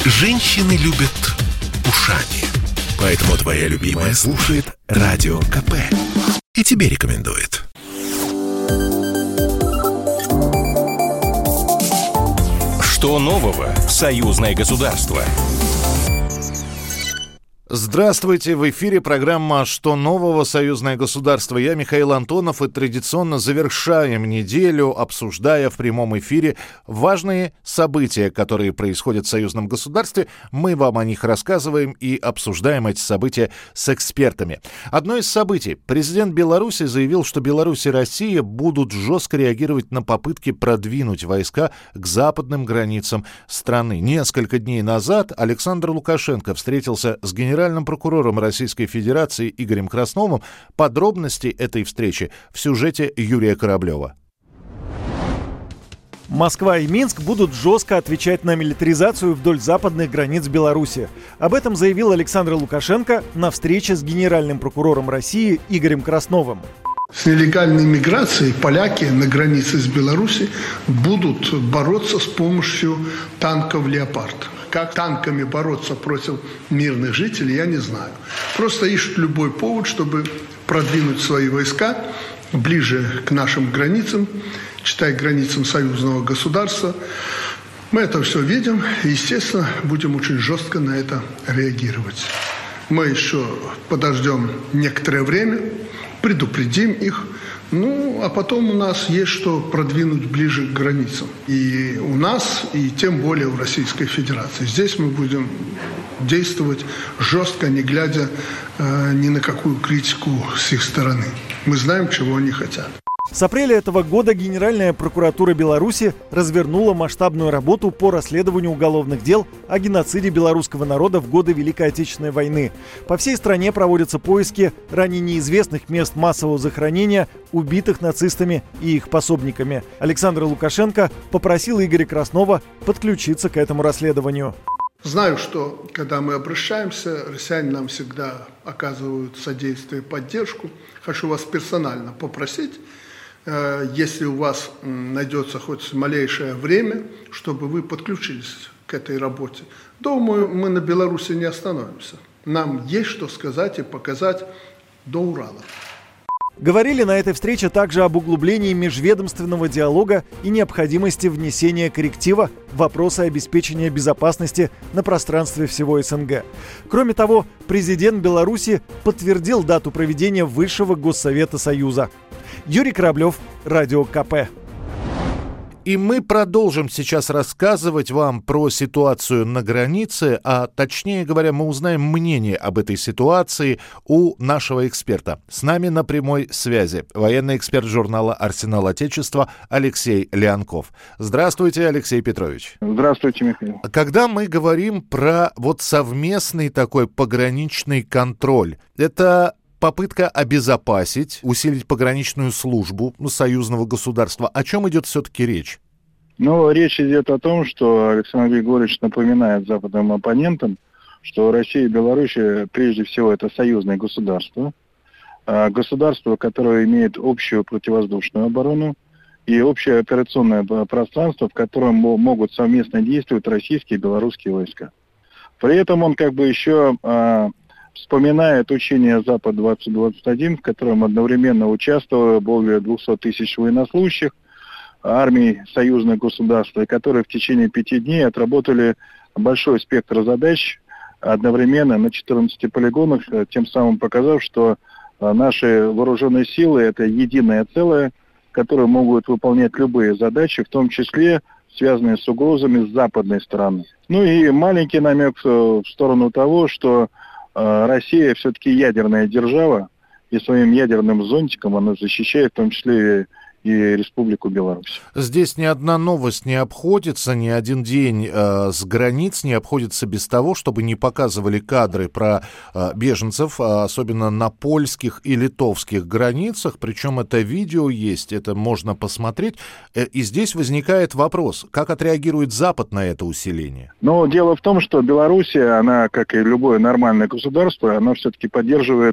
Женщины любят ушами. Поэтому твоя любимая слушает Радио КП. И тебе рекомендует. Что нового в союзное государство? Здравствуйте, в эфире программа «Что нового? Союзное государство». Я Михаил Антонов, и традиционно завершаем неделю, обсуждая в прямом эфире важные события, которые происходят в союзном государстве. Мы вам о них рассказываем и обсуждаем эти события с экспертами. Одно из событий. Президент Беларуси заявил, что Беларусь и Россия будут жестко реагировать на попытки продвинуть войска к западным границам страны. Несколько дней назад Александр Лукашенко встретился с генеральным прокурором Российской Федерации Игорем Красновым. Подробности этой встречи в сюжете Юрия Кораблева. Москва и Минск будут жестко отвечать на милитаризацию вдоль западных границ Беларуси. Об этом заявил Александр Лукашенко на встрече с генеральным прокурором России Игорем Красновым. С нелегальной миграцией поляки на границе с Беларусью будут бороться с помощью танков «Леопард». Как танками бороться против мирных жителей, я не знаю. Просто ищут любой повод, чтобы продвинуть свои войска ближе к нашим границам, считай, границам союзного государства. Мы это все видим и, естественно, будем очень жестко на это реагировать. Мы еще подождем некоторое время, предупредим их. А потом у нас есть что продвинуть ближе к границам. И у нас, и тем более в Российской Федерации. Здесь мы будем действовать жестко, не глядя ни на какую критику с их стороны. Мы знаем, чего они хотят. С апреля этого года Генеральная прокуратура Беларуси развернула масштабную работу по расследованию уголовных дел о геноциде белорусского народа в годы Великой Отечественной войны. По всей стране проводятся поиски ранее неизвестных мест массового захоронения убитых нацистами и их пособниками. Александр Лукашенко попросил Игоря Краснова подключиться к этому расследованию. Знаю, что когда мы обращаемся, россияне нам всегда оказывают содействие и поддержку. Хочу вас персонально попросить, если у вас найдется хоть малейшее время, чтобы вы подключились к этой работе. Думаю, мы на Беларуси не остановимся. Нам есть что сказать и показать до Урала. Говорили на этой встрече также об углублении межведомственного диалога и необходимости внесения корректива в вопросы обеспечения безопасности на пространстве всего СНГ. Кроме того, президент Беларуси подтвердил дату проведения Высшего Госсовета Союза. Юрий Кораблев, Радио КП. И мы продолжим сейчас рассказывать вам про ситуацию на границе, а точнее говоря, мы узнаем мнение об этой ситуации у нашего эксперта. С нами на прямой связи военный эксперт журнала «Арсенал Отечества» Алексей Леонков. Здравствуйте, Алексей Петрович. Здравствуйте, Михаил. Когда мы говорим про совместный такой пограничный контроль, это попытка обезопасить, усилить пограничную службу союзного государства. О чем идет все-таки речь? Речь идет о том, что Александр Григорьевич напоминает западным оппонентам, что Россия и Беларусь, прежде всего, это союзное государство. Государство, которое имеет общую противовоздушную оборону и общее операционное пространство, в котором могут совместно действовать российские и белорусские войска. При этом он еще вспоминает учение «Запад-2021», в котором одновременно участвовало более 200 тысяч военнослужащих армий союзных государств, которые в течение 5 дней отработали большой спектр задач одновременно на 14 полигонах, тем самым показав, что наши вооруженные силы – это единое целое, которые могут выполнять любые задачи, в том числе связанные с угрозами с западной стороны. И маленький намек в сторону того, что Россия все-таки ядерная держава, и своим ядерным зонтиком она защищает в том числе и Республику Беларусь. Здесь ни одна новость не обходится, ни один день с границ не обходится без того, чтобы не показывали кадры про беженцев, особенно на польских и литовских границах. Причем это видео есть, это можно посмотреть. И здесь возникает вопрос, как отреагирует Запад на это усиление? Дело в том, что Белоруссия, она, как и любое нормальное государство, она все-таки поддерживает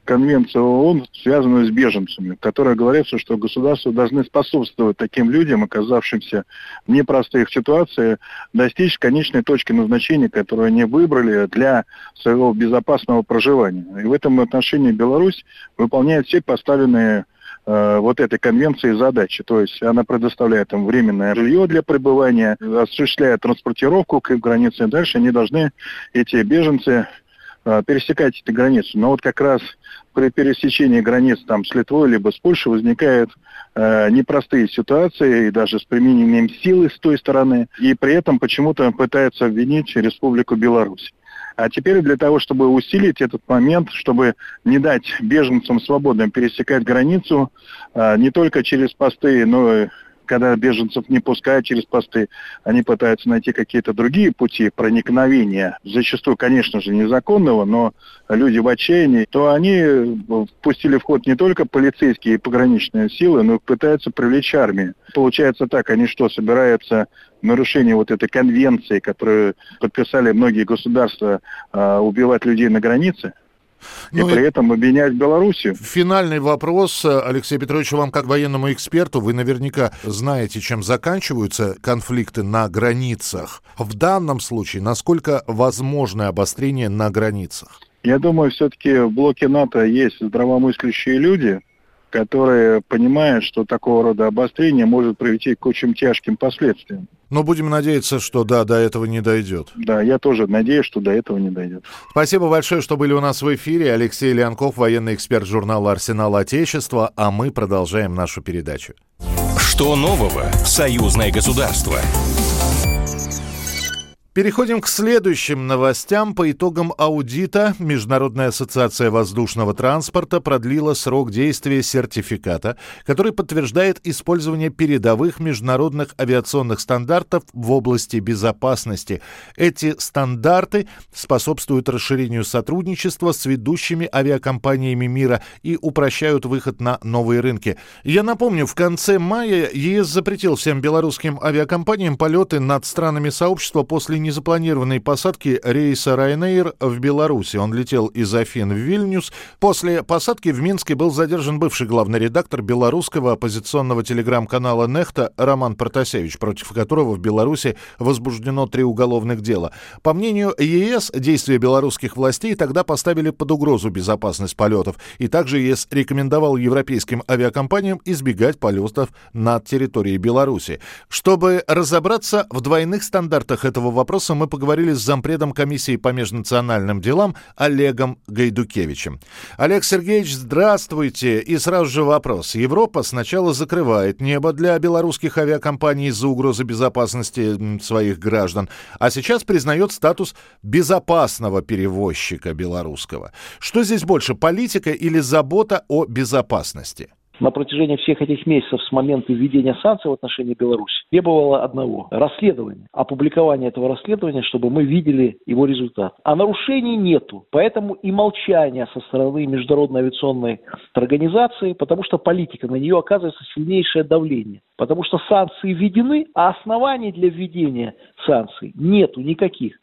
Конвенцию ООН, связанную с беженцами, в которой говорится, что государства должны способствовать таким людям, оказавшимся в непростых ситуациях, достичь конечной точки назначения, которую они выбрали для своего безопасного проживания. И в этом отношении Беларусь выполняет все поставленные вот этой конвенции задачи. То есть она предоставляет им временное жилье для пребывания, осуществляет транспортировку к границе, и дальше они должны, эти беженцы, пересекать эти границы. Но вот как раз при пересечении границ там, с Литвой либо с Польшей возникают непростые ситуации, и даже с применением силы с той стороны, и при этом почему-то пытаются обвинить Республику Беларусь. А теперь для того, чтобы усилить этот момент, чтобы не дать беженцам свободно пересекать границу, не только через посты, но и когда беженцев не пускают через посты, они пытаются найти какие-то другие пути проникновения, зачастую, конечно же, незаконного, но люди в отчаянии, то они пустили в ход не только полицейские и пограничные силы, но и пытаются привлечь армию. Получается так, они что, собираются в нарушение вот этой конвенции, которую подписали многие государства, убивать людей на границе? И при этом обвинять Белоруссию. Финальный вопрос, Алексей Петрович, вам как военному эксперту, вы наверняка знаете, чем заканчиваются конфликты на границах. В данном случае, насколько возможно обострение на границах? Я думаю, все-таки в блоке НАТО есть здравомыслящие люди, которые понимают, что такого рода обострение может привести к очень тяжким последствиям. Но будем надеяться, что да, до этого не дойдет. Да, я тоже надеюсь, что до этого не дойдет. Спасибо большое, что были у нас в эфире. Алексей Леонков, военный эксперт журнала «Арсенал Отечества», а мы продолжаем нашу передачу. Что нового в союзное государство? Переходим к следующим новостям. По итогам аудита Международная ассоциация воздушного транспорта продлила срок действия сертификата, который подтверждает использование передовых международных авиационных стандартов в области безопасности. Эти стандарты способствуют расширению сотрудничества с ведущими авиакомпаниями мира и упрощают выход на новые рынки. Я напомню, в конце мая ЕС запретил всем белорусским авиакомпаниям полеты над странами сообщества после незапланированной посадки рейса Ryanair в Беларуси. Он летел из Афин в Вильнюс. После посадки в Минске был задержан бывший главный редактор белорусского оппозиционного телеграм-канала «Нехта» Роман Протасевич, против которого в Беларуси возбуждено 3 уголовных дела. По мнению ЕС, действия белорусских властей тогда поставили под угрозу безопасность полетов. И также ЕС рекомендовал европейским авиакомпаниям избегать полетов над территорией Беларуси. Чтобы разобраться в двойных стандартах этого вопроса, мы поговорили с зампредом комиссии по межнациональным делам Олегом Гайдукевичем. Олег Сергеевич, здравствуйте. И сразу же вопрос. Европа сначала закрывает небо для белорусских авиакомпаний из-за угрозы безопасности своих граждан, а сейчас признает статус безопасного перевозчика белорусского. Что здесь больше, политика или забота о безопасности? На протяжении всех этих месяцев с момента введения санкций в отношении Беларуси требовало одного – расследования, опубликования этого расследования, чтобы мы видели его результат. А нарушений нету, поэтому и молчание со стороны Международной авиационной организации, потому что политика, на нее оказывается сильнейшее давление. Потому что санкции введены, а оснований для введения санкций нету никаких.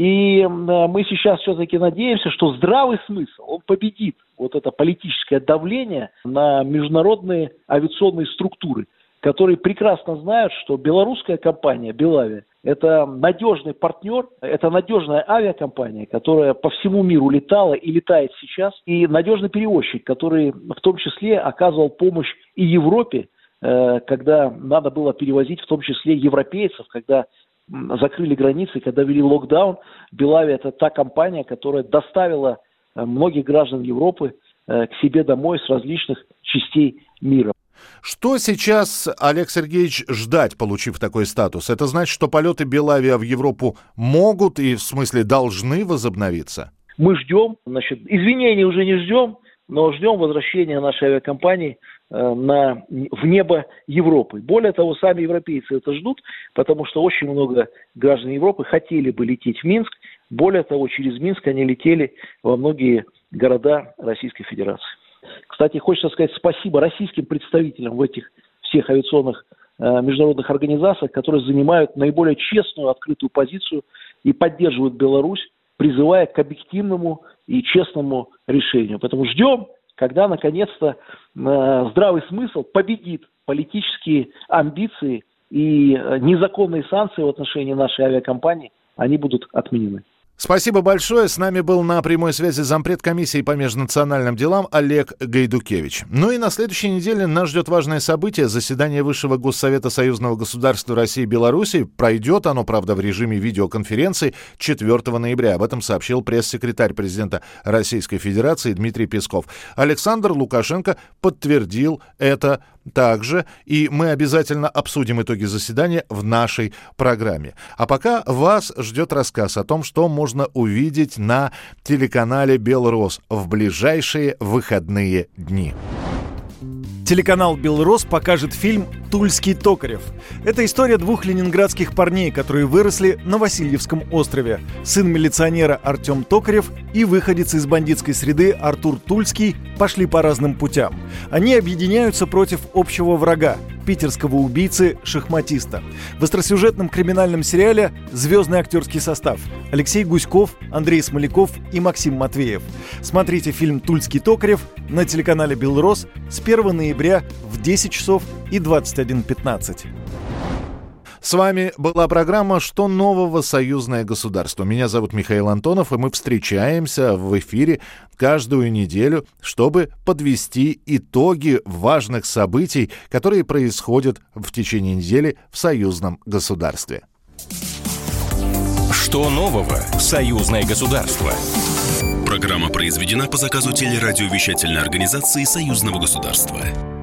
И мы сейчас все-таки надеемся, что здравый смысл, он победит вот это политическое давление на международные авиационные структуры, которые прекрасно знают, что белорусская компания «Белавия» – это надежный партнер, это надежная авиакомпания, которая по всему миру летала и летает сейчас, и надежный перевозчик, который в том числе оказывал помощь и Европе, когда надо было перевозить в том числе европейцев, когда закрыли границы, когда ввели локдаун. «Белавия» – это та компания, которая доставила многих граждан Европы к себе домой с различных частей мира. Что сейчас, Олег Сергеевич, ждать, получив такой статус? Это значит, что полеты «Белавия» в Европу могут и, в смысле, должны возобновиться? Мы ждем, извинений уже не ждем, но ждем возвращения нашей авиакомпании в небо Европы. Более того, сами европейцы это ждут, потому что очень много граждан Европы хотели бы лететь в Минск. Более того, через Минск они летели во многие города Российской Федерации. Кстати, хочется сказать спасибо российским представителям в этих всех авиационных международных организациях, которые занимают наиболее честную, открытую позицию и поддерживают Беларусь, призывая к объективному и честному решению. Поэтому ждем когда наконец-то здравый смысл победит политические амбиции и незаконные санкции в отношении нашей авиакомпании, они будут отменены. Спасибо большое. С нами был на прямой связи зампред комиссии по межнациональным делам Олег Гайдукевич. Ну и на следующей неделе нас ждет важное событие. Заседание Высшего Госсовета Союзного государства России и Беларуси. Пройдет оно, правда, в режиме видеоконференции 4 ноября. Об этом сообщил пресс-секретарь президента Российской Федерации Дмитрий Песков. Александр Лукашенко подтвердил это также, и мы обязательно обсудим итоги заседания в нашей программе. А пока вас ждет рассказ о том, что можно увидеть на телеканале «Белрос» в ближайшие выходные дни. Телеканал «Белрос» покажет фильм «Тульский Токарев». Это история двух ленинградских парней, которые выросли на Васильевском острове. Сын милиционера Артем Токарев и выходец из бандитской среды Артур Тульский пошли по разным путям. Они объединяются против общего врага – питерского убийцы-шахматиста. В остросюжетном криминальном сериале звездный актерский состав – Алексей Гуськов, Андрей Смоляков и Максим Матвеев. Смотрите фильм «Тульский Токарев» на телеканале «Белрос» с 1 ноября в 10 часов и 21:15. С вами была программа «Что нового? Союзное государство». Меня зовут Михаил Антонов, и мы встречаемся в эфире каждую неделю, чтобы подвести итоги важных событий, которые происходят в течение недели в союзном государстве. Что нового? Союзное государство. Программа произведена по заказу телерадиовещательной организации Союзного государства.